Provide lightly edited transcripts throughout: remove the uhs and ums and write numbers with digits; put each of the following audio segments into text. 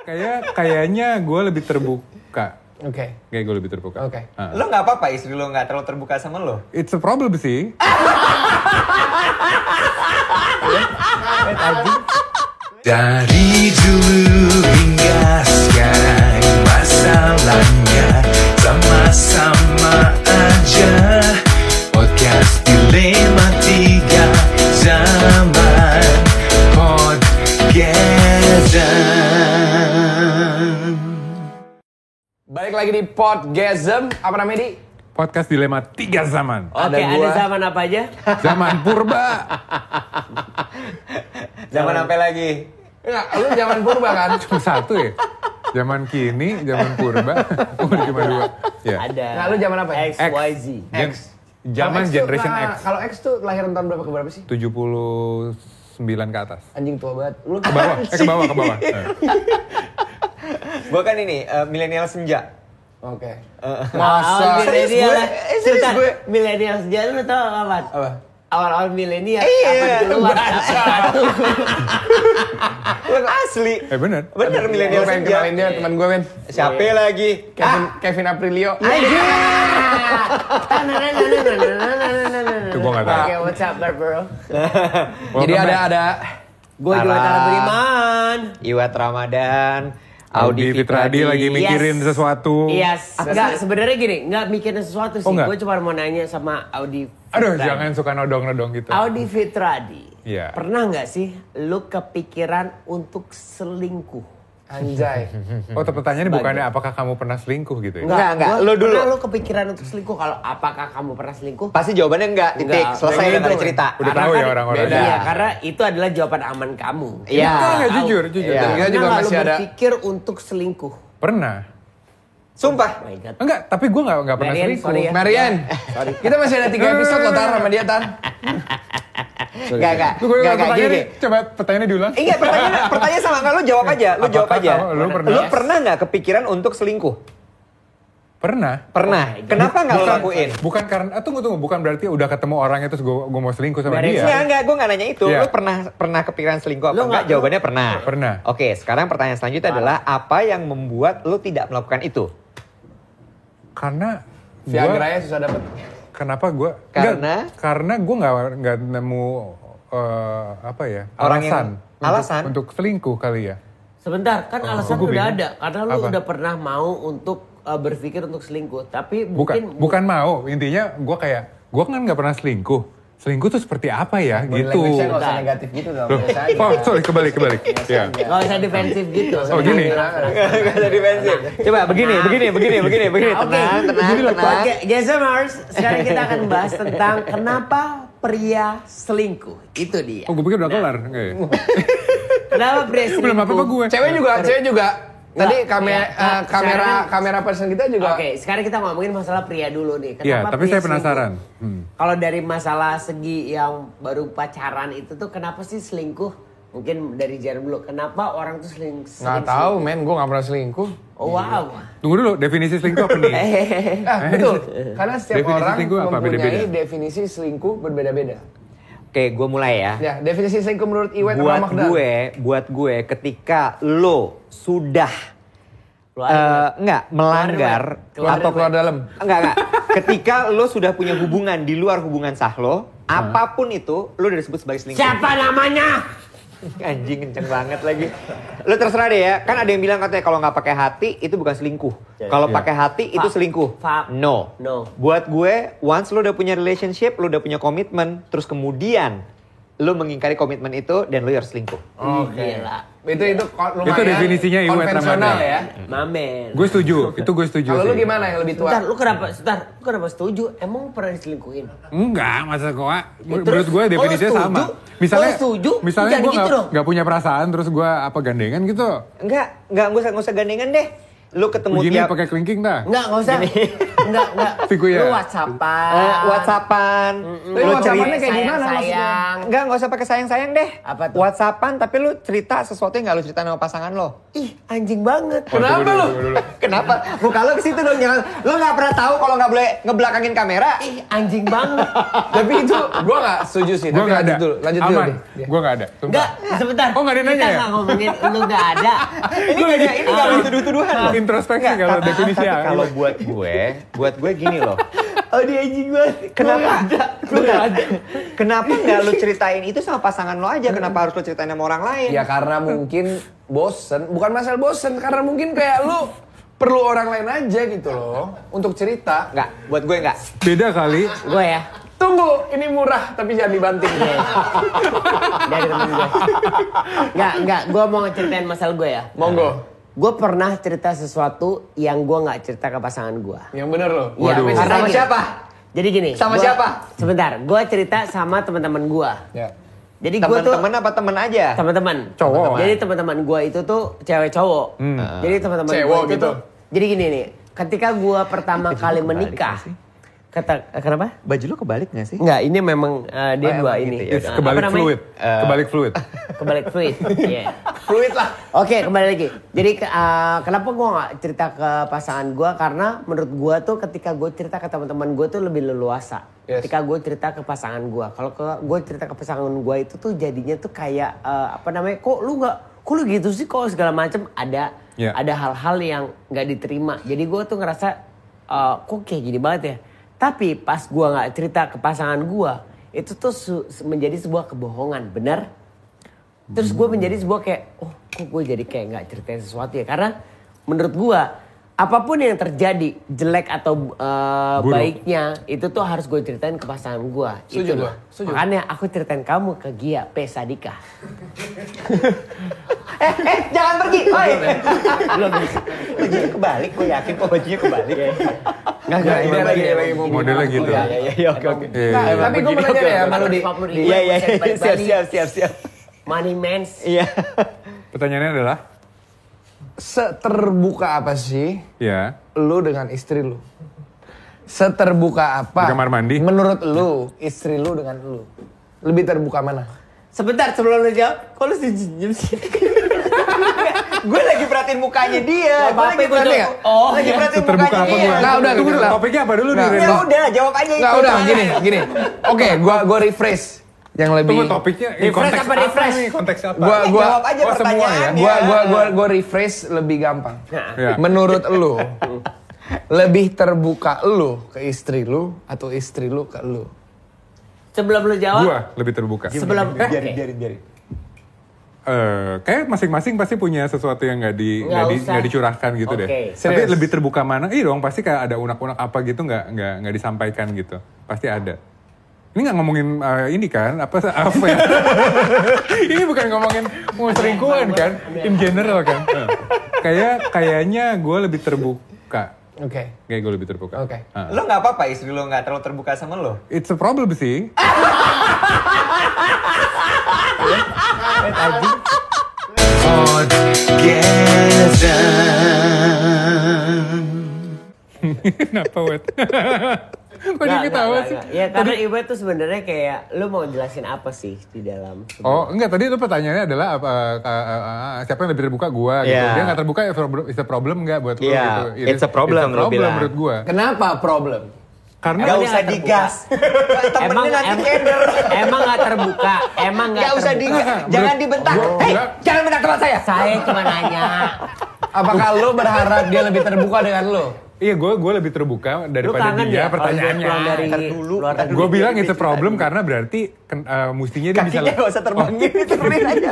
Kayaknya gue lebih terbuka. Oke. Kayak gue lebih terbuka. Oke. Lo nggak apa-apa istri lo nggak terlalu terbuka sama lo? It's a problem sih. Dari dulu hingga sekarang masalahnya sama-sama aja. Podcast Dilema 3 Zaman Podcastan. Balik lagi di Podgasm. Apa namanya, Di? Podcast Dilema 3 Zaman. Oke, ada zaman apa aja? Zaman purba. Zaman apa lagi? Enggak, lu zaman purba kan? Cuma satu ya? Zaman kini, zaman purba. Cuma dua. Ya. Ada. Nah, lu zaman apa? X, Y, Z. Zaman Kalau Generation tuh, X. Kalau X tuh lahiran tahun berapa ke berapa sih? 79 ke atas. Anjing tua banget. Lu Ke bawah, ke bawah. Gue kan ini milenial senja. Oke. Masa? Milenial. serius gue. Milenial sejak lu tau kapan? Apa? Awal-awal milenial. Iya, keluar. Lo asli. Bener. Bener milenial Gue pengen senja. kenalin dia teman gue, men. Siapa lagi? Kevin Aprilio. Itu gue gak tahu. Oke, what's up, bro? Jadi ada Gue juga Salah. Tara Beriman. Iwat Ramadan. Audi Fitradi lagi mikirin Yes. sesuatu. Yes. Enggak, sebenarnya gini, enggak mikirin sesuatu sih. Oh, enggak? Gue cuma mau nanya sama Audi Aduh, Fitradi. jangan suka nodong-nodong gitu. Audi Fitradi. Iya. Pernah nggak sih lu kepikiran untuk selingkuh? Anjay. Oh, pertanyaannya bukannya apakah kamu pernah selingkuh gitu ya? Enggak. Gua Lu dulu. Pernah lu kepikiran untuk selingkuh? Kalau apakah kamu pernah selingkuh? Pasti jawabannya enggak. Titik. Enggak. Selesai Kayak nggak ada gitu. cerita. Udah tahu ya orang-orang. beda. Iya, karena itu adalah jawaban aman kamu. Iya. Enggak, jujur. Iya. Dan kita Pernah juga nggak masih lu ada. berpikir untuk selingkuh? Pernah. Sumpah. Oh my God. Enggak, tapi gue nggak pernah Marian, selingkuh. sorry ya. Marian, kita masih ada 3 episode loh, Tar, sama dia, Tar. Enggak. Gue Enggak pertanyaannya, gini. coba pertanyaannya diulang. Iya, pertanyaan sama enggak, lu jawab aja. Lu jawab Apakah aja. lu pernah? Lu pernah nggak kepikiran untuk selingkuh? Pernah. Pernah. Kenapa nggak lu lakuin? Bukan karena, tunggu, bukan berarti udah ketemu orangnya terus gue mau selingkuh sama Beres. dia. Enggak, gue nggak nanya itu. Iya. Lu pernah kepikiran selingkuh apa Lu enggak? nggak- Jawabannya pernah. Pernah. Oke, sekarang pertanyaan selanjutnya adalah apa yang membuat lu tidak melakukan itu? Karena Viagra-nya susah dapet. kenapa gue? Karena gue nggak nemu apa ya? Orang yang- alasan. alasan? Untuk selingkuh kali ya. Sebentar, kan alasan Gua udah bingung. ada. Karena lu Apa? udah pernah mau untuk berpikir untuk selingkuh. Tapi Bukan mau. Intinya gue kan nggak pernah selingkuh. Selingkuh tuh seperti apa ya? Body Gitu. language-nya nggak usah negatif gitu dong. Loh, Biasa aja. oh sorry kebalik. Ya. Gak usah defensif gitu. Oh gini. Gak ada defensif. Coba begini. Oke, Tenang. Oke, Gezemers, sekarang kita akan bahas tentang kenapa pria selingkuh. Itu dia. Oh gue pikir udah kelar. Enggak ya? Kenapa pria selingkuh? Belum apa-apa gue. Cewek juga. Tadi Nggak, ya. Sekarang- kamera person kita juga. Oke, sekarang kita ngomongin masalah pria dulu nih. Iya, Kenapa tapi pria saya selingkuh? penasaran. Kalau dari masalah segi yang baru pacaran itu tuh kenapa sih selingkuh? Mungkin dari Jarum dulu. Kenapa orang tuh sering Nggak tahu, men. Gue nggak pernah selingkuh. Oh wow. Tunggu dulu, definisi selingkuh apa nih? Betul. Karena setiap Definisi orang selingkuh apa? mempunyai Beda-beda. definisi selingkuh berbeda-beda. Oke, gue mulai ya. Ya, definisi selingkuh menurut Iwet sama Magda. Buat gue ketika lo sudah melanggar Atau keluar dalam. enggak. Ketika lo sudah punya hubungan di luar hubungan sah lo, apapun itu lo udah disebut sebagai selingkuh. Siapa namanya? Anjing kenceng banget lagi. Lo terserah deh ya. Kan ada yang bilang katanya kalau nggak pakai hati itu bukan selingkuh. Kalau pakai hati itu selingkuh. Fuck. No. Buat gue, once lo udah punya relationship, lo udah punya komitmen, terus kemudian lo mengingkari komitmen itu dan lo harus selingkuh. Oke. Gila. Itu lumayan Itu definisinya Iwet konvensional Ramadan. ya. Mamen. Gue setuju, itu gue setuju Kalau lu sih. gimana yang lebih tua? Lu kenapa setuju? Emang pernah diselingkuhin? Enggak, masa gue, menurut terus, gue definisinya setuju? sama. Misalnya, Setuju? misalnya Jangan gue gitu dong. nggak punya perasaan, terus gue gandengan gitu. Enggak usah gandengan deh. Lu ketemu Begini tiap pakai kelingking dah. Enggak usah. Enggak. Figu ya? Lu WhatsAppan. WhatsAppan. Tapi Lu WhatsAppannya cerita kayak gimana maksudnya? sayang. Enggak usah pakai sayang-sayang deh. Apa tuh? WhatsAppan tapi lu cerita sesuatu yang gak lu ceritain sama pasangan lo. Ih, anjing banget. Kenapa lu? Kenapa? Muka lo ke situ dong, jangan. Lo nggak pernah tahu kalau nggak boleh ngebelakangin kamera. Ih, anjing banget. Tapi itu gue nggak setuju sih. Gue Tapi nggak ada. lanjut dulu Aman. deh. Gue nggak ada. Sumpah. Enggak, sebentar. Oh, nggak ada nanya Kita ya? nggak ngomongin lu nggak ada. Ini nggak ada tuduh-tuduhan. Introspeksi Nggak, kalau tapi definisi ya. kalau buat gue gini loh. Oh, dia anjing banget. Kenapa? Kenapa nggak lu ceritain itu sama pasangan lo aja? Kenapa harus lu ceritain sama orang lain? Ya karena mungkin bosen. Bukan masalah bosen. Karena mungkin kayak lu perlu orang lain aja gitu loh. Untuk cerita. Nggak, buat gue nggak. Beda kali. Gue ya. Tunggu, ini murah tapi jangan dibanting. Dari temen gue. Enggak. Gue mau ceritain masalah gue ya. Monggo. Gue pernah cerita sesuatu yang gue nggak cerita ke pasangan gue. Yang bener loh. Iya, Waduh. karena Sama gini. siapa? Jadi gini. Sama gua- siapa? Sebentar, gue cerita sama teman-teman gue. Ya. Jadi gue tuh Teman-teman apa teman aja? teman-teman Cowok. Jadi teman-teman gue itu tuh cewek cowok. Jadi teman-teman gue Cewek itu gitu. tuh. Jadi gini nih, ketika gue pertama kali menikah, kenapa? Baju lu kebalik nggak sih? Enggak, ini memang dia Oh, dua emang ini. gitu ya? It's Apa kebalik namanya? fluid. Kebalik fluid. Kebalik fluid. Iya. Fluid lah. Oke, kembali lagi. Jadi kenapa gue nggak cerita ke pasangan gue? Karena menurut gue tuh ketika gue cerita ke teman-teman gue tuh lebih leluasa. Yes. Ketika gue cerita ke pasangan gue, kalau gue cerita ke pasangan gue itu tuh jadinya tuh kayak kok lu gitu sih, kok segala macam Yeah. ada hal-hal yang nggak diterima. Jadi gue tuh ngerasa kok kayak gini banget ya. Tapi pas gue nggak cerita ke pasangan gue, itu tuh menjadi sebuah kebohongan, benar? Terus gue menjadi sebuah kayak, oh kok gue jadi kayak nggak ceritain sesuatu ya. Karena menurut gue, apapun yang terjadi, jelek atau baiknya, itu tuh harus gue ceritain ke pasangan gue. Setuju Itu gua, loh. setuju. Makanya aku ceritain kamu ke Gia P. Sadika. Jangan pergi. Oi. Belum. Bajunya kebalik, gue yakin kok bajunya kebalik. Nggak, Dia lagi mau Modelnya gitu. Iya, oke. Nah, tapi gue mau nanya deh ya sama lu di. Iya, siap. Money mans. Iya. Pertanyaannya adalah, Seterbuka apa sih ya, lu dengan istri lu? Seterbuka apa? Di kamar mandi? Menurut lu, istri lu dengan lu. Lebih terbuka mana? Sebentar sebelum lu jawab, kok lu senyum sih? Gue lagi perhatiin mukanya dia. Apa-apa, Gue lagi gua perhatiin. tuh- oh, lagi iya. perhatiin terbuka mukanya apa dia. gue? Nah, udah, Tunggu gitu dulu, lah. topiknya apa dulu nih, Nah, Ren? Ya udah, jawab aja itu. Nggak, udah, gini. Oke, gua refresh. Yang lebih... Tunggu, topiknya Refresh konteks apa refresh? nih? Konteks apa? Gua Jawab aja Oh, semua ya? pertanyaannya. Gua refresh lebih gampang. Ya. Menurut lu, lebih terbuka lu ke istri lu atau istri lu ke lu? Sebelum lu jawab, Gua lebih terbuka. sebelum Biarin. Kayak masing-masing pasti punya sesuatu yang Nggak usah. nggak dicurahkan gitu deh. Oke. Tapi Serius? lebih terbuka mana? Iya dong, pasti kayak ada unek-unek apa gitu nggak disampaikan gitu. Pasti ada. Ini nggak ngomongin ini kan apa ya? Ini bukan ngomongin mau selingkuhan kan? In general kan? Kayaknya gue lebih terbuka. Oke. Kayak gue lebih terbuka. Oke. Lo nggak apa-apa istri lo nggak terlalu terbuka sama lo? It's a problem sih. Kenapa wet? Kok dia ketawa sih? Ya karena Ibu tuh sebenarnya kayak lu mau jelasin apa sih di dalam? Oh enggak, tadi itu pertanyaannya adalah siapa yang lebih terbuka gua gitu. Yeah. Dia nggak terbuka, it's a problem nggak buat lu Yeah, gitu. it's a problem, lu bilang. menurut gua. Kenapa problem? Karena Gak dia usah nggak digas. Temennya nanti keder. emang nggak terbuka, emang nggak Gak usah terbuka. digas. Jangan dibentak. Hei, jangan bentak teman saya. Saya cuma nanya. Apakah lu berharap dia lebih terbuka dengan lu? iya gue lebih terbuka Lu daripada kangen dia ya kalau dia pertanyaannya. pulang dari Ntar dulu. luar negeri. Gue bilang it's a problem karena berarti mestinya dia bisa Kakinya gak usah terbangin. Turunin aja.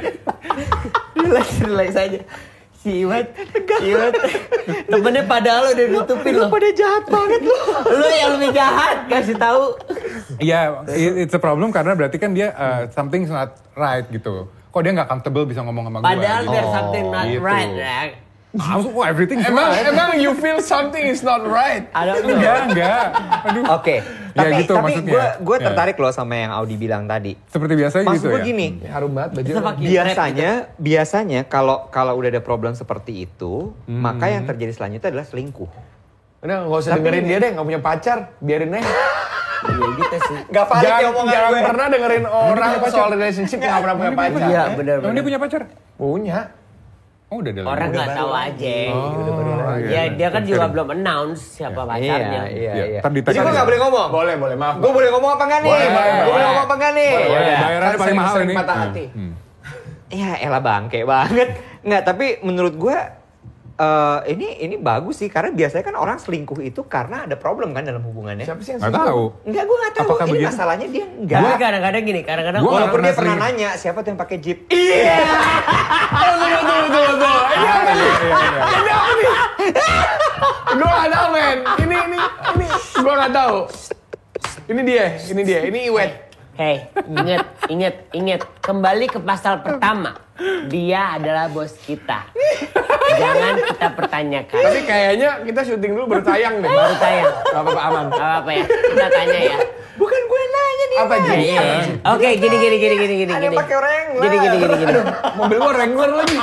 Relax aja. Si Iwat, temennya padahal udah nutupin loh. Pada jahat banget lo. Lu yang lebih jahat, kasih tahu. Iya, it's a problem karena berarti kan dia something's not right gitu. Kok dia nggak comfortable bisa ngomong sama gue? Padahal there's something not gitu. right, ya. Everything Emang you feel something is not right? enggak. Aduh. Oke. Ya Tapi, gitu tapi maksudnya. gue Ya. tertarik loh sama yang Audi bilang tadi. Seperti biasa Maksud gitu gue ya. gini, Harum banget baju. biasanya kalau udah ada problem seperti itu, maka yang terjadi selanjutnya adalah selingkuh. Udah nggak usah dengerin dia deh, nggak punya pacar, biarin aja. Ya gitu sih. Gak valid ya omongan Jangan gue. pernah dengerin orang soal relationship nggak pernah punya pacar. Iya benar. Emang dia punya pacar? Punya. Oh udah ada Orang lagi. nggak tahu aja. iya. Ya dia kan juga belum announce siapa pacarnya. Iya. Ntar di tag Jadi gue aja. gak boleh ngomong. Boleh, maaf. Gue boleh ngomong apa enggak nih? Boleh. Gue boleh ngomong apa enggak nih? Boleh. Bayarannya paling mahal Sering ini. patah hati. Ya elah bangke banget. Enggak, tapi menurut gue ini bagus sih karena biasanya kan orang selingkuh itu karena ada problem kan dalam hubungannya. Siapa sih yang Nggak tahu. Enggak, gue enggak tahu. Apakah Ini begitu? masalahnya dia Gue enggak. kadang-kadang gini, kadang-kadang Gua Walaupun nggak dia pernah pernah nanya siapa tuh yang pakai jeep. Iya. Betul. Ini apa nih? Ini apa nih? Gue nggak tahu men. Ini gue nggak tahu. Ini dia. Ini Iwet. Hei, inget. Kembali ke pasal pertama. Dia adalah bos kita. Jangan kita pertanyakan. Tapi kayaknya kita syuting dulu baru tayang deh. Baru tayang. Gak apa-apa aman. Gak apa-apa ya. Kita tanya ya. Bukan gue nanya dia. Apa Ji? Oke, gini. Ada yang pakai Wrangler. Gini. Mobil gue Wrangler lagi.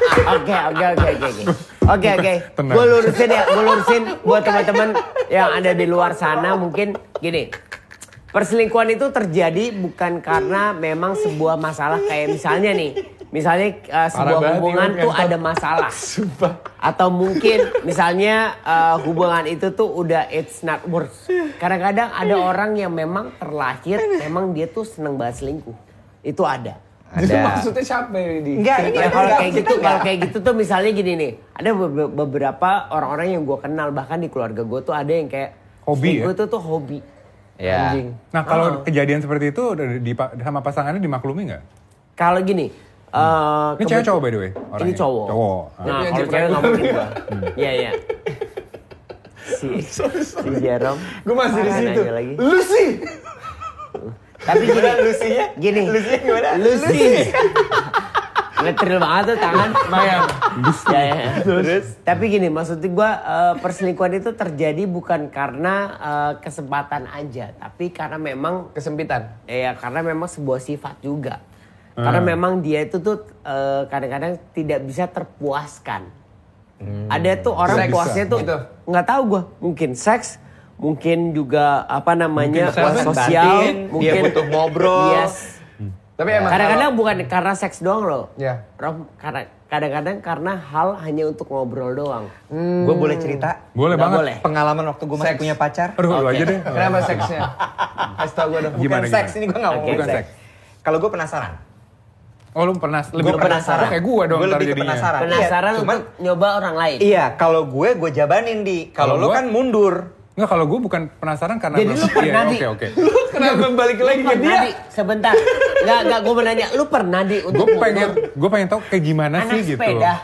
Oke. Tenang. Gue lurusin buat teman-teman yang ada di luar sana mungkin gini. Perselingkuhan itu terjadi bukan karena memang sebuah masalah kayak misalnya sebuah banget hubungan nih, tuh ngentot. ada masalah. Sumpah. Atau mungkin misalnya hubungan itu tuh udah it's not worth. Kadang-kadang ada orang yang memang terlahir memang dia tuh seneng banget selingkuh. Itu ada. Itu maksudnya siapa ini? Enggak, ini Ya, kalau enggak, kayak kita gitu, enggak. kalau kayak gitu tuh misalnya gini nih, ada beberapa orang-orang yang gue kenal bahkan di keluarga gue tuh ada yang kayak Hobi selingkuh ya? itu tuh hobi. Ya. Anjing. Nah kalau kejadian seperti itu sama pasangannya dimaklumi nggak? Kalau gini, Ini cewek cowok by the way? Ini cowok. Cowok. Nah, Tapi yang kalau Jeep cewek nggak Wrangler. mungkin gua. Iya. Si Jerome. Gue masih di Parah situ. nanya lagi. Lu sih. Tapi gini, Lucy-nya? gini. Lucy-nya gimana? Lucy. Ngetril banget tuh tangan. Bayang. Ya. Terus? Tapi gini, maksud gue perselingkuhan itu terjadi bukan karena kesempatan aja, tapi karena memang Kesempitan. karena memang sebuah sifat juga. Karena memang dia itu tuh kadang-kadang tidak bisa terpuaskan. Ada tuh orang Seks. puasnya tuh Gitu. nggak tahu gue, mungkin seks, mungkin juga apa namanya Puas sosial, batin, mungkin dia butuh ngobrol. Yes. Tapi emang Kadang-kadang bukan karena seks doang loh. Ya. Rom, kadang-kadang karena hal hanya untuk ngobrol doang. Gue boleh cerita Boleh Nggak banget. boleh. pengalaman waktu gue masih Seks. punya pacar. Aduh lu Oke. aja deh. Kenapa seksnya? Kasih tau gue dong. Gimana, Bukan seks, gimana? ini gue gak mau Oke. ngomong Bukan seks. seks. Kalau gue penasaran. Oh lu lebih penasaran. Oh, kayak gua dong Gue ntar lebih ke jadinya. penasaran. Penasaran Iya, cuman, untuk nyoba orang lain. iya, kalau gue jabanin di. Kalau Kalau lo gua- kan mundur. Nggak, kalau gue bukan penasaran karena Jadi lu pernah di- Oke. Kenapa balik lagi ke Pernah dia? di, sebentar. Enggak, gue mau nanya, lu pernah di untuk Gue pengen tahu kayak gimana anak sih gitu. sepeda?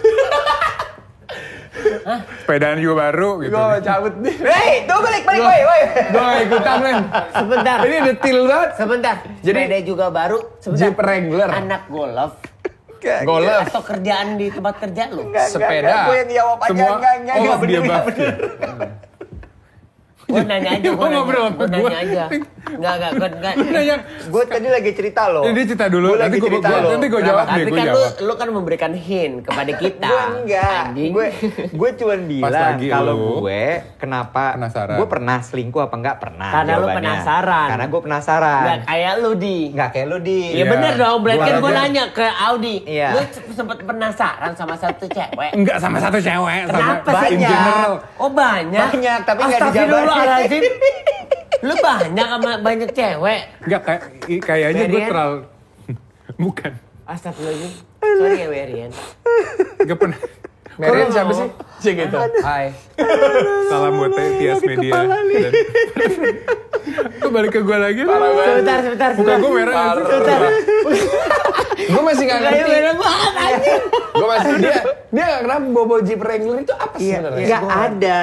Sepedaan juga baru gitu. Gue mau cabut nih. Hei, tuh balik, woi. Gue gak ikutan men. Sebentar. Ini detail banget. Sebentar. Jadi- Sepeda juga baru. Sebentar. Jeep Wrangler. Anak golf Golf. atau kerjaan di tempat kerja lu? Sepeda. Gue yang jawab aja, Semua enggak oh, bener, dia nggak banget. Gue nanya aja, Gua ngobrol sama gue gua. nanya aja. Enggak. Nanya, Gue tadi lagi cerita loh. Dia cerita dulu, Gua nanti lagi gue cerita loh. nanti gue Kenapa? jawab deh, Tapi gue kan jawab. lu kan memberikan hint kepada kita. Gue enggak. Anjing. Gue cuma bilang lagi kalau lu gue kenapa penasaran. gue pernah selingkuh apa enggak pernah. Karena lu jawabannya. penasaran. Karena gue penasaran. Enggak kayak lu di. Enggak kayak lu di. Iya Iya. bener dong, berarti kan Gua- gue nanya ke Audi. Iya. Lu sempet penasaran sama satu cewek. Enggak sama satu cewek, sama Kenapa sih? in general. Oh banyak? Banyak, tapi nggak Astagfirullahaladzim. Lu banyak sama banyak cewek. Enggak kayaknya gue Marian? terlalu bukan. Astagfirullahaladzim. Sorry ya Marian. Enggak pernah. Marian siapa sih? Cik gitu. Hai. Salam buat Tias Media. Dan... Lu balik ke gue lagi. Sebentar. Muka gue merah nggak sih? Sebentar. Gue masih gak Kayak ngerti. merah banget anjing. Gue masih dia gak kenapa bobo Jeep Wrangler itu apa sih sebenarnya? Enggak ada.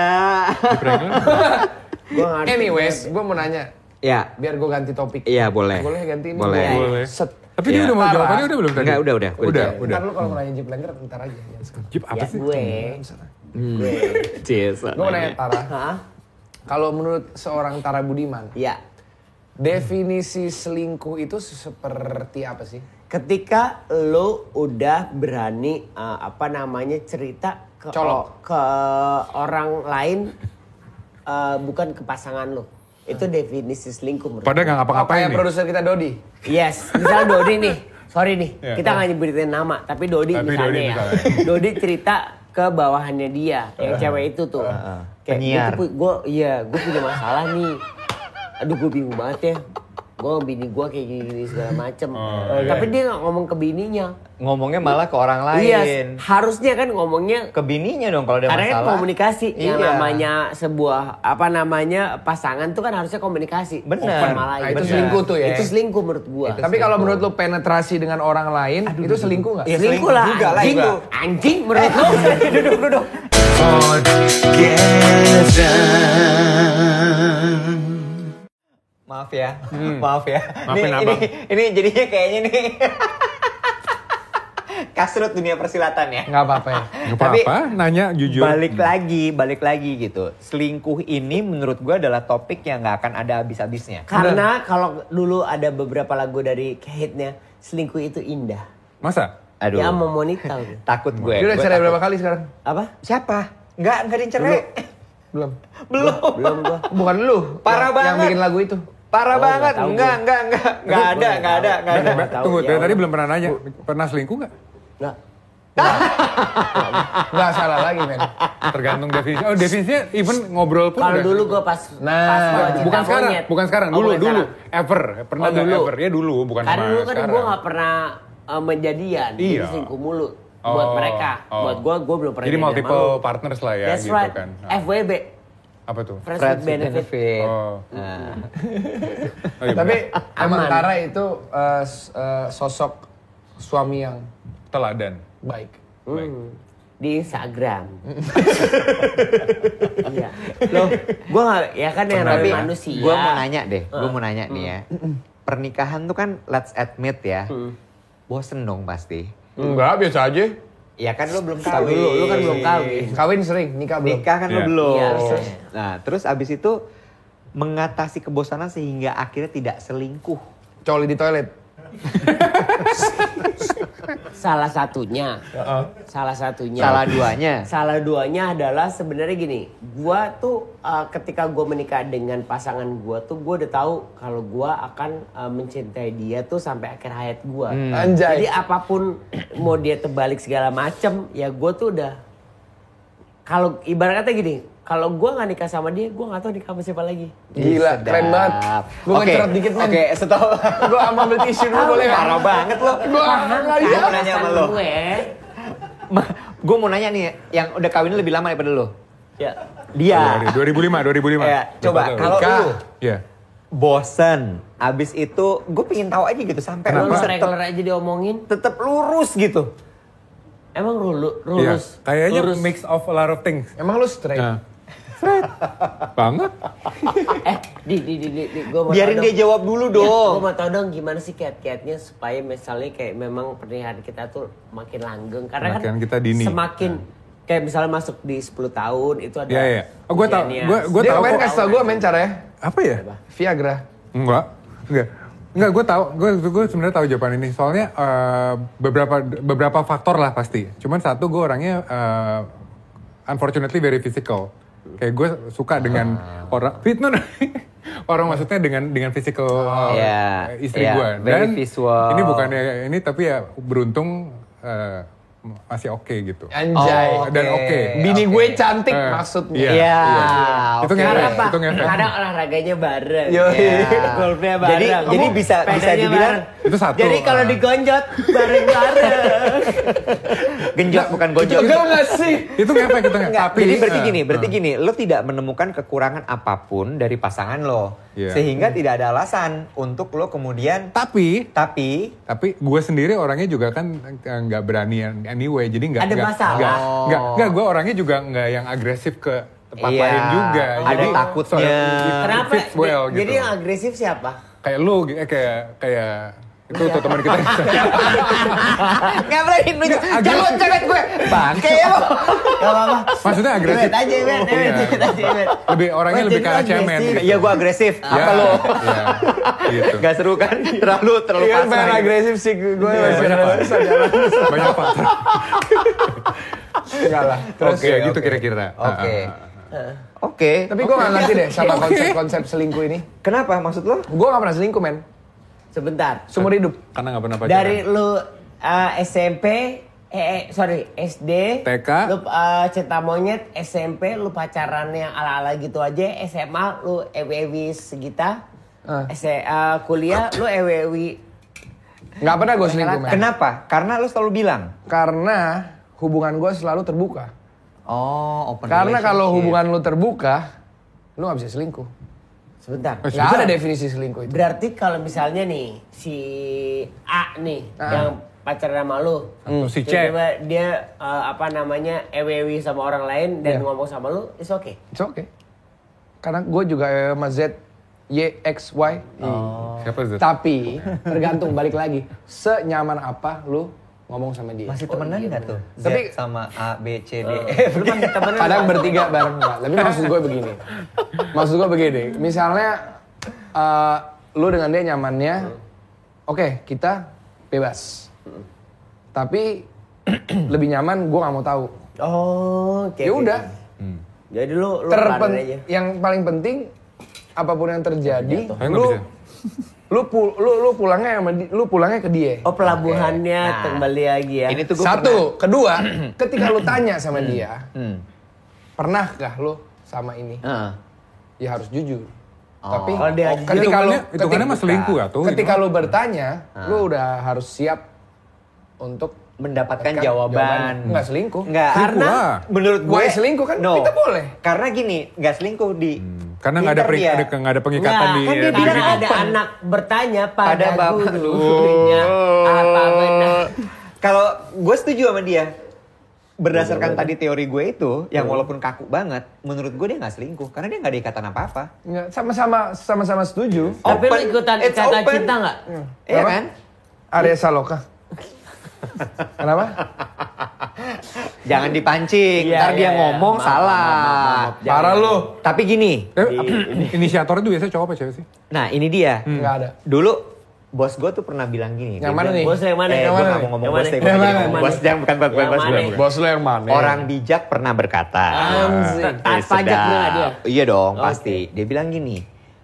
Gua ngerti. Anyways, gue mau nanya. Ya. Biar gue ganti topik. Iya boleh. Boleh ganti ini? Boleh. Boleh. Set. Tapi dia Ya. udah mau Tara. jawabannya udah belum tadi? Enggak, udah. Udah. Ntar lu kalau mau nanya Jeep Lengger, ntar aja. jangan sekarang. Jeep apa Ya sih? gue. Cheers. Gue mau nanya Tara. Hah? Kalau menurut seorang Tara Budiman, Ya. definisi selingkuh itu seperti apa sih? Ketika lo udah berani cerita ke Colok. ke orang lain bukan ke pasangan lo. Itu definisi selingkuh menurut Padahal nggak ngapa-ngapain Kayak nih. produser kita Dodi. Yes, misal Dodi nih, sorry nih, Ya. kita nggak nyebutin nama, tapi Dodi Tapi misalnya Dodi ya. misalnya. Dodi cerita ke bawahannya dia, yang cewek itu tuh. Penyiar. Gue punya masalah nih. Aduh gue bingung banget ya. Gue bini gue kayak gini segala macem. Tapi dia nggak ngomong ke bininya. Ngomongnya malah ke orang lain. Iya, harusnya kan ngomongnya Ke bininya dong kalau ada karena kan masalah. komunikasi yang Iya. namanya sebuah pasangan tuh kan harusnya komunikasi. Bener. Open malah Nah, itu gitu. selingkuh tuh ya. Itu selingkuh menurut gua. Tapi kalau menurut lu penetrasi dengan orang lain, itu selingkuh nggak? Iya, selingkuh lah, juga lah anjing. juga. Anjing menurut lu. Duduk. Maaf ya. Maaf ya. Maafin Nih, abang. ini jadinya kayaknya nih. Kasrut dunia persilatan ya. Nggak apa-apa ya. Nggak Tapi apa-apa, nanya jujur. balik lagi gitu. Selingkuh ini menurut gue adalah topik yang nggak akan ada habis-habisnya. Karena kalau dulu ada beberapa lagu dari hitsnya, selingkuh itu indah. Masa? Aduh. Ya mau Monita udah. Takut gue. Dia udah Gue cerai takut. berapa kali sekarang? Apa? Siapa? Nggak ada yang cerai. Belum. Belum. Belum gua. Bukan lu. Parah yang banget. bikin lagu itu. Parah Oh, banget. nggak tahu Enggak ada. Nggak tahu. Tunggu, Ya dari tadi Allah. belum pernah nanya. Pernah selingkuh nggak? Nggak. Nggak salah lagi, men. Tergantung definisi. Oh, definisinya even ngobrol pun Kalau udah. dulu gua pas gua cinta Bukan sekarang, monyet. bukan sekarang. Oh, Dulu, bukan dulu. sekarang. Ever. Pernah Oh, nggak dulu. ever? Ya dulu, bukan Karena sama dulu kan sekarang. gue gak pernah menjadian, Iya. jadi selingkuh mulu buat mereka. Buat gue belum pernah Jadi jadian multiple sama lu. partners lah ya That's gitu right. kan. FWB, Apa tuh? Friends Friends with Benefit. Oh. Nah. Oh, iya, Tapi benar. emang Aman. Tara itu sosok suami yang Teladan. baik. Baik. Di Instagram. Iya. Loh, gue gak, ya kan yang Tapi namanya manusia. gue mau nanya deh, gue mau nanya nih ya. Pernikahan tuh kan let's admit ya, bosen dong pasti. Enggak, biasa aja. Ya kan lo belum Ntar kawin. dulu, lu kan belum kawin. Kawin sering, nikah belum. Nikah kan lo Iya. belum. Iya. Nah terus abis itu mengatasi kebosanan sehingga akhirnya tidak selingkuh. Coli di toilet. Salah satunya. Salah duanya. Salah duanya adalah sebenarnya gini, gua tuh ketika gua menikah dengan pasangan gua tuh gua udah tahu kalau gua akan mencintai dia tuh sampai akhir hayat gua. Anjay. Jadi apapun mau dia terbalik segala macem, ya gua tuh udah kalau ibarat kata gini, kalau gua nggak nikah sama dia, gua nggak tahu nikah sama siapa lagi. Gila, Sedap. keren banget. Gue Oke, ngecerot dikit, men. Oke, setelah Gue ambil tisu dulu boleh nggak? parah banget lo. Gue nggak Kan bisa. mau nanya sama lo. Gue, Gue mau nanya nih, yang udah kawin lebih lama daripada lo. ya. Dia. Dari 2005. Ya, coba kalau Nikah. lu Iya. bosen, abis itu gue pengen tahu aja gitu sampai Lu lu regular aja diomongin, tetap lurus gitu. emang Iya. lurus. Kayaknya Lurus. mix of a lot of things. Emang lu straight? Nah. Banget. Gua mau Biarin tahu dia dong. jawab dulu Ya, dong. gue mau tau dong gimana sih kiat-kiatnya supaya misalnya kayak memang pernikahan kita tuh makin langgeng. Karena Pernikahan kan kita dini. semakin kayak misalnya masuk di 10 tahun itu ada. Iya, iya. Oh, gue tau. ujiannya. Gue Dia tau kemarin kok. kasih tau gue men caranya. Apa ya? Viagra. Enggak, gue tahu. Gue sebenarnya tahu jawaban ini. Soalnya beberapa faktor lah pasti. Cuman satu, gue orangnya unfortunately very physical. Kayak gue suka dengan orang orang maksudnya dengan physical Iya, istri iya, gue. very visual. Ini bukannya ini tapi ya beruntung masih oke gitu. Anjay. Oh, Dan oke. Bini gue cantik Eh, maksudnya. iya. Iya. Itu oke. ngefek. Karena apa? Itu ngefek. Kadang olahraganya bareng. Yo, Iya. Golfnya bareng. Jadi bisa Sepedanya dibilang bareng. Itu satu. Jadi kalau digonjot bareng-bareng. genjot bukan gonjot. Enggak nggak sih? Itu ngefek, itu ngefek. Enggak, Tapi jadi berarti gini, lo tidak menemukan kekurangan apapun dari pasangan lo. Iya. Sehingga tidak ada alasan untuk lo kemudian tapi tapi gue sendiri orangnya juga kan nggak berani anyway, jadi nggak Ada masalah. nggak gue orangnya juga nggak yang agresif ke tempat Iya, lain juga. ada Jadi takutnya. it Kenapa? fits well, Jadi gitu. yang agresif siapa? Kayak lu kayak Itu tuh teman kita. Nggak berani nunjuk. Jangan ceket gue. Bangke ya lo. Gak apa-apa. Maksudnya agresif. Iwet aja, Iwet. Iya. Lebih Orangnya lebih ke cemen. Iya gue agresif. Apa lo? Iya. Gitu. Gak seru kan? Terlalu Iya kan pengen pasrah. agresif sih gue. Banyak faktor. Enggak lah. Terus Oke, gitu kira-kira. Oke. Tapi gue gak ngerti deh sama konsep selingkuh ini. Kenapa maksud lo? Gue gak pernah selingkuh, men. Sebentar. Seumur hidup. Karena nggak pernah pacaran. Dari lu SMP, SD, TK. lu cinta monyet, SMP, lu pacaran yang ala-ala gitu aja, SMA, lu ewi segita, kuliah, lu ewi. Gak pernah gue selingkuh, men. Kenapa? Karena lo selalu bilang. Karena hubungan gue selalu terbuka. Oh, open Karena kalau relationship. hubungan lu terbuka, lu gak bisa selingkuh. Sebentar. Oh, Gak ada definisi selingkuh itu. Berarti kalau misalnya nih si A nih yang pacaran sama lu, Si C. tiba-tiba dia ewi sama orang lain dan Iya. ngomong sama lu, it's okay. It's okay. Karena gue juga sama Z, Y, X, Y. Siapa itu? Tapi tergantung balik lagi. Senyaman apa lu ngomong sama dia. Masih temenan nggak tuh? Tapi- Z sama A, B, C, D, Lu kan temenan Kadang sama- bertiga bareng enggak. Tapi maksud gue begini. Misalnya lu dengan dia nyamannya, oke, kita bebas. Tapi lebih nyaman gue gak mau tahu. Oh, oke. Ya udah. Jadi lu kelarin aja. Yang paling penting apapun yang terjadi, Saya nggak bisa. lu pulangnya ke dia. Oh, pelabuhannya Nah. kembali lagi ya. Ini tuh gue Satu, kedua, ketika lu tanya sama dia, Hmm. pernahkah lu sama ini? Heeh. Ya harus jujur. Tapi Kalau dia jujur, ketika lu hitungannya mah selingkuh ya tuh. ketika lu bertanya, lu udah harus siap untuk mendapatkan Kan jawaban. nggak selingkuh. Nggak. Karena menurut gue Why selingkuh kan kita boleh. Karena gini, nggak selingkuh di Karena nggak ada, Pinter dia. nggak ada pengikatan di. kan dia di- bilang di- ada anak bertanya pada Pada bapak. gurunya apa benar. Kalau gue setuju sama dia, berdasarkan tadi teori gue itu, yang walaupun kaku banget, menurut gue dia nggak selingkuh karena dia nggak ada ikatan apa-apa. Nggak, sama-sama setuju. Tapi lu ikutan It's ikatan open. cinta nggak? Iya Apa? kan? Area Saloka. Kenapa? Jangan dipancing, Iya, ntar dia iya, iya. ngomong Maaf, salah. maaf. Parah lu. Tapi gini, Inisiator itu biasanya cowok apa cewek sih? nah ini dia. Nggak ada. Dulu bos gue tuh pernah bilang gini. Yang dia mana bilang, nih? Bos yang mana? Eh, Yang gue mana nggak nih? mau ngomong Yang bos mana? deh, gue Yang jadi mana? ngomong bos. Yang Jangan bukan Yang bos mana? gue. Bos lu yang mana? Orang bijak pernah berkata. Taat pajak Sedap. nggak dia? Iya dong, Oke. pasti. Dia bilang gini,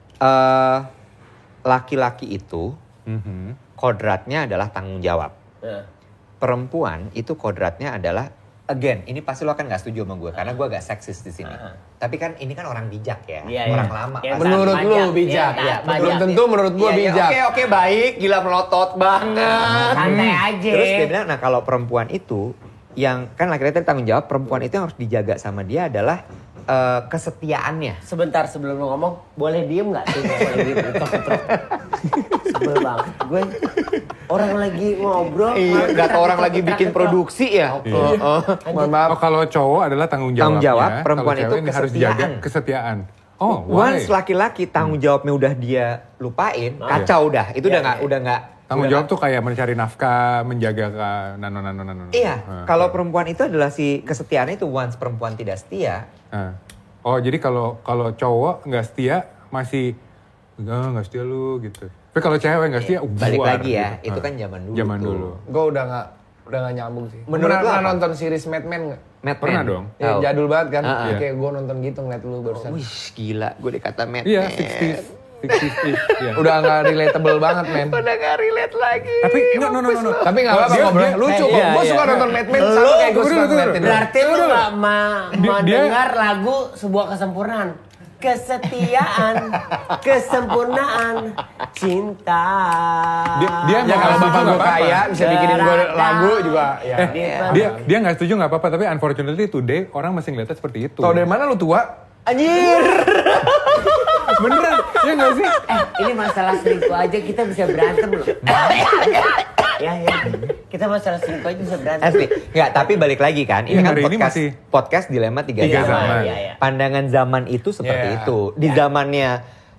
laki-laki itu kodratnya adalah tanggung jawab. Nah. Perempuan itu kodratnya adalah, again, ini pasti lo kan nggak setuju sama gue karena gue agak seksis di sini. Tapi kan ini kan orang bijak ya, Iya, orang iya. lama. Ya, pasti. Menurut Taat lu pajak. bijak. Iya, Ya, taat belum pajak. tentu menurut gua Iya, iya, bijak. Oke, baik, gila melotot banget. Santai aja. Terus dia bilang, nah kalau perempuan itu, yang kan laki-laki tadi tanggung jawab, perempuan itu yang harus dijaga sama dia adalah kesetiaannya. Sebentar sebelum lu ngomong, boleh diem nggak tuh? Boleh diem, ketok-ketok. Sebel banget gue. Orang lagi ngobrol. Iya, nggak tahu orang lagi bikin produksi ya. Mohon maaf. Oh, kalau cowok adalah tanggung jawabnya. Tanggung jawab, perempuan kalau itu cewek ini harus dijaga kesetiaan. kesetiaan. Oh, why? Once laki-laki tanggung jawabnya udah dia lupain, kacau udah. Itu udah nggak. Tanggung udah jawab tuh kayak mencari nafkah, menjaga nano. Iya, kalau perempuan itu adalah si kesetiaannya itu once perempuan tidak setia. Oh, jadi kalau cowok nggak setia masih nggak setia lu gitu. Tapi kalau cewek nggak setia, Balik buar, lagi ya, gitu. itu kan zaman dulu. Zaman tuh. dulu. Gue udah nggak nyambung sih. Menurut lu pernah apa? nonton series Mad Men nggak? Mad Pernah Men. dong. Ya, Tahu. jadul banget kan. Iya. Kayak gue nonton gitu ngeliat lu barusan. Wih, gila, gue dikata Mad Iya, Men. 60s. 60s-ish. Iya. Udah nggak relatable banget, men. Udah gak relate lagi. Tapi no. Tapi nggak apa-apa Dia- ngobrol. dia- Lucu kok. iya, Gue iya. suka nonton Mad Men sama Lu- kayak gue tunggu suka dulu, ngeliatin. Berarti lu nggak Dia- mendengar lagu sebuah kesempurnaan. Kesetiaan, kesempurnaan, cinta. Dia Ya kalau nggak bapak setuju gue nggak kaya apa-apa. bisa bikinin gue lagu juga. Ya. Dia nggak setuju nggak apa-apa, tapi unfortunately today orang masih ngeliatnya seperti itu. Tau dari mana lu tua? Anjir. Beneran, ya nggak sih? Ini masalah selingkuh aja kita bisa berantem loh. Ya. Kita masalah selingkuh aja bisa berantem. Asli. Nggak, tapi balik lagi kan. Ini Iya, kan hari ini podcast, masih podcast dilema tiga tiga zaman. zaman. Iya, iya. Pandangan zaman itu seperti Iya. itu. Di zamannya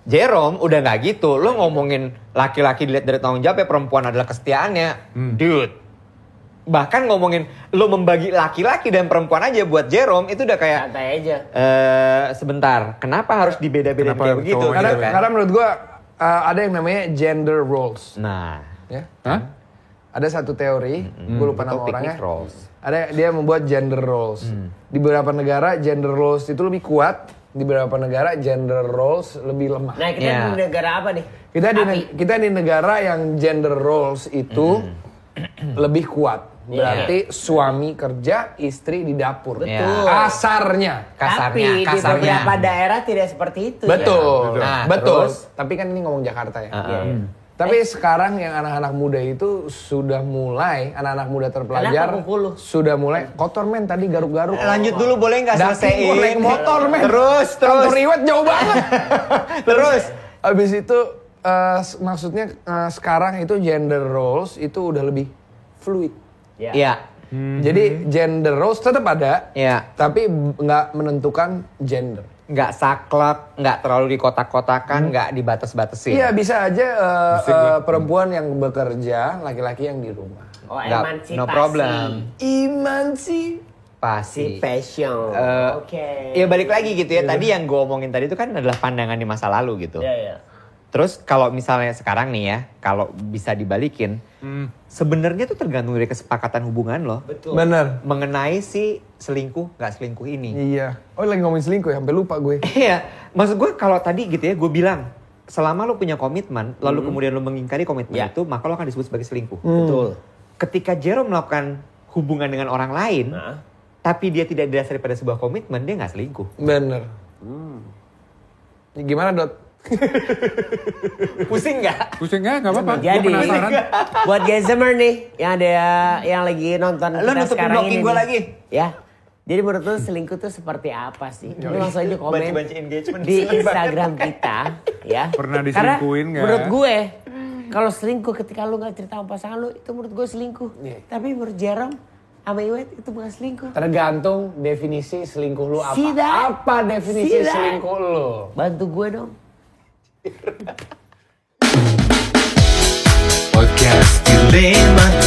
Jerome udah nggak gitu. Lo ngomongin laki-laki dilihat dari tanggung jawab ya, perempuan adalah kesetiaannya. Dude. Bahkan ngomongin lo membagi laki-laki dan perempuan aja buat Jerome itu udah kayak Santai aja. sebentar, kenapa harus dibeda-bedain Kenapa kayak begitu? cowok Gitu gitu kan? Karena menurut gua ada yang namanya gender roles. Nah, Ya. Hah? Ada satu teori, gue lupa nama atau orangnya. picnic roles. Ada dia membuat gender roles. Di beberapa negara gender roles itu lebih kuat, di beberapa negara gender roles lebih lemah. Nah kita Ya. di negara apa nih? Kita di negara yang gender roles itu lebih kuat. Berarti suami kerja, istri di dapur. Betul. Kasarnya. Kasarnya, Tapi di beberapa daerah tidak seperti itu. Betul. Nah, Betul. terus? Tapi kan ini ngomong Jakarta ya. Ya. Tapi sekarang yang anak-anak muda itu sudah mulai, anak-anak muda terpelajar Kenapa Bengkulu? sudah mulai kotor men tadi garuk-garuk. Lanjut dulu boleh nggak Daki gua naik selesaiin? motor men. Terus. Kantor Riwet jauh banget. Terus. Abis itu maksudnya sekarang itu gender roles itu udah lebih fluid. Ya. Iya. Jadi gender roles tetap ada, Iya. tapi nggak menentukan gender. Nggak saklek, nggak terlalu dikotak-kotakan, nggak dibatas-batasin. Iya bisa aja perempuan yang bekerja, laki-laki yang di rumah. Oh Nggak, emansipasi. no problem. Emansipasi. Pasti. Passion. Oke. Ya balik lagi gitu ya. Tadi yang gue omongin tadi itu kan adalah pandangan di masa lalu gitu. Ya ya. Terus kalau misalnya sekarang nih ya, kalau bisa dibalikin, sebenarnya tuh tergantung dari kesepakatan hubungan loh. Betul. Bener. Mengenai si selingkuh nggak selingkuh ini. Iya. Oh lagi ngomongin selingkuh ya, sampai lupa gue. Iya, maksud gue kalau tadi gitu ya, gue bilang selama lo punya komitmen, lalu kemudian lo mengingkari komitmen Ya. itu, maka lo akan disebut sebagai selingkuh. Betul. Ketika Jerome melakukan hubungan dengan orang lain, Nah. tapi dia tidak didasari pada sebuah komitmen, dia nggak selingkuh. Bener. Gimana Dot? Pusing nggak? Pusing nggak apa-apa. Gue Jadi penasaran. buat Gazemer nih yang ada yang lagi nonton Lo kita nutupin sekarang blocking ini gue nih. lagi. Ya. Jadi menurut lu selingkuh tuh seperti apa sih? Lu langsung aja komen Banci-banci engagement. di Seneng Instagram kita, ya. Pernah Karena diselingkuhin nggak? menurut gue, kalau selingkuh ketika lu nggak cerita sama pasangan lu, itu menurut gue selingkuh. Iya. Tapi menurut Jerome sama Iwet itu bukan selingkuh. Tergantung definisi selingkuh lu apa. Sida. Apa definisi Sida. selingkuh lu? Bantu gue dong. Podcast Dilema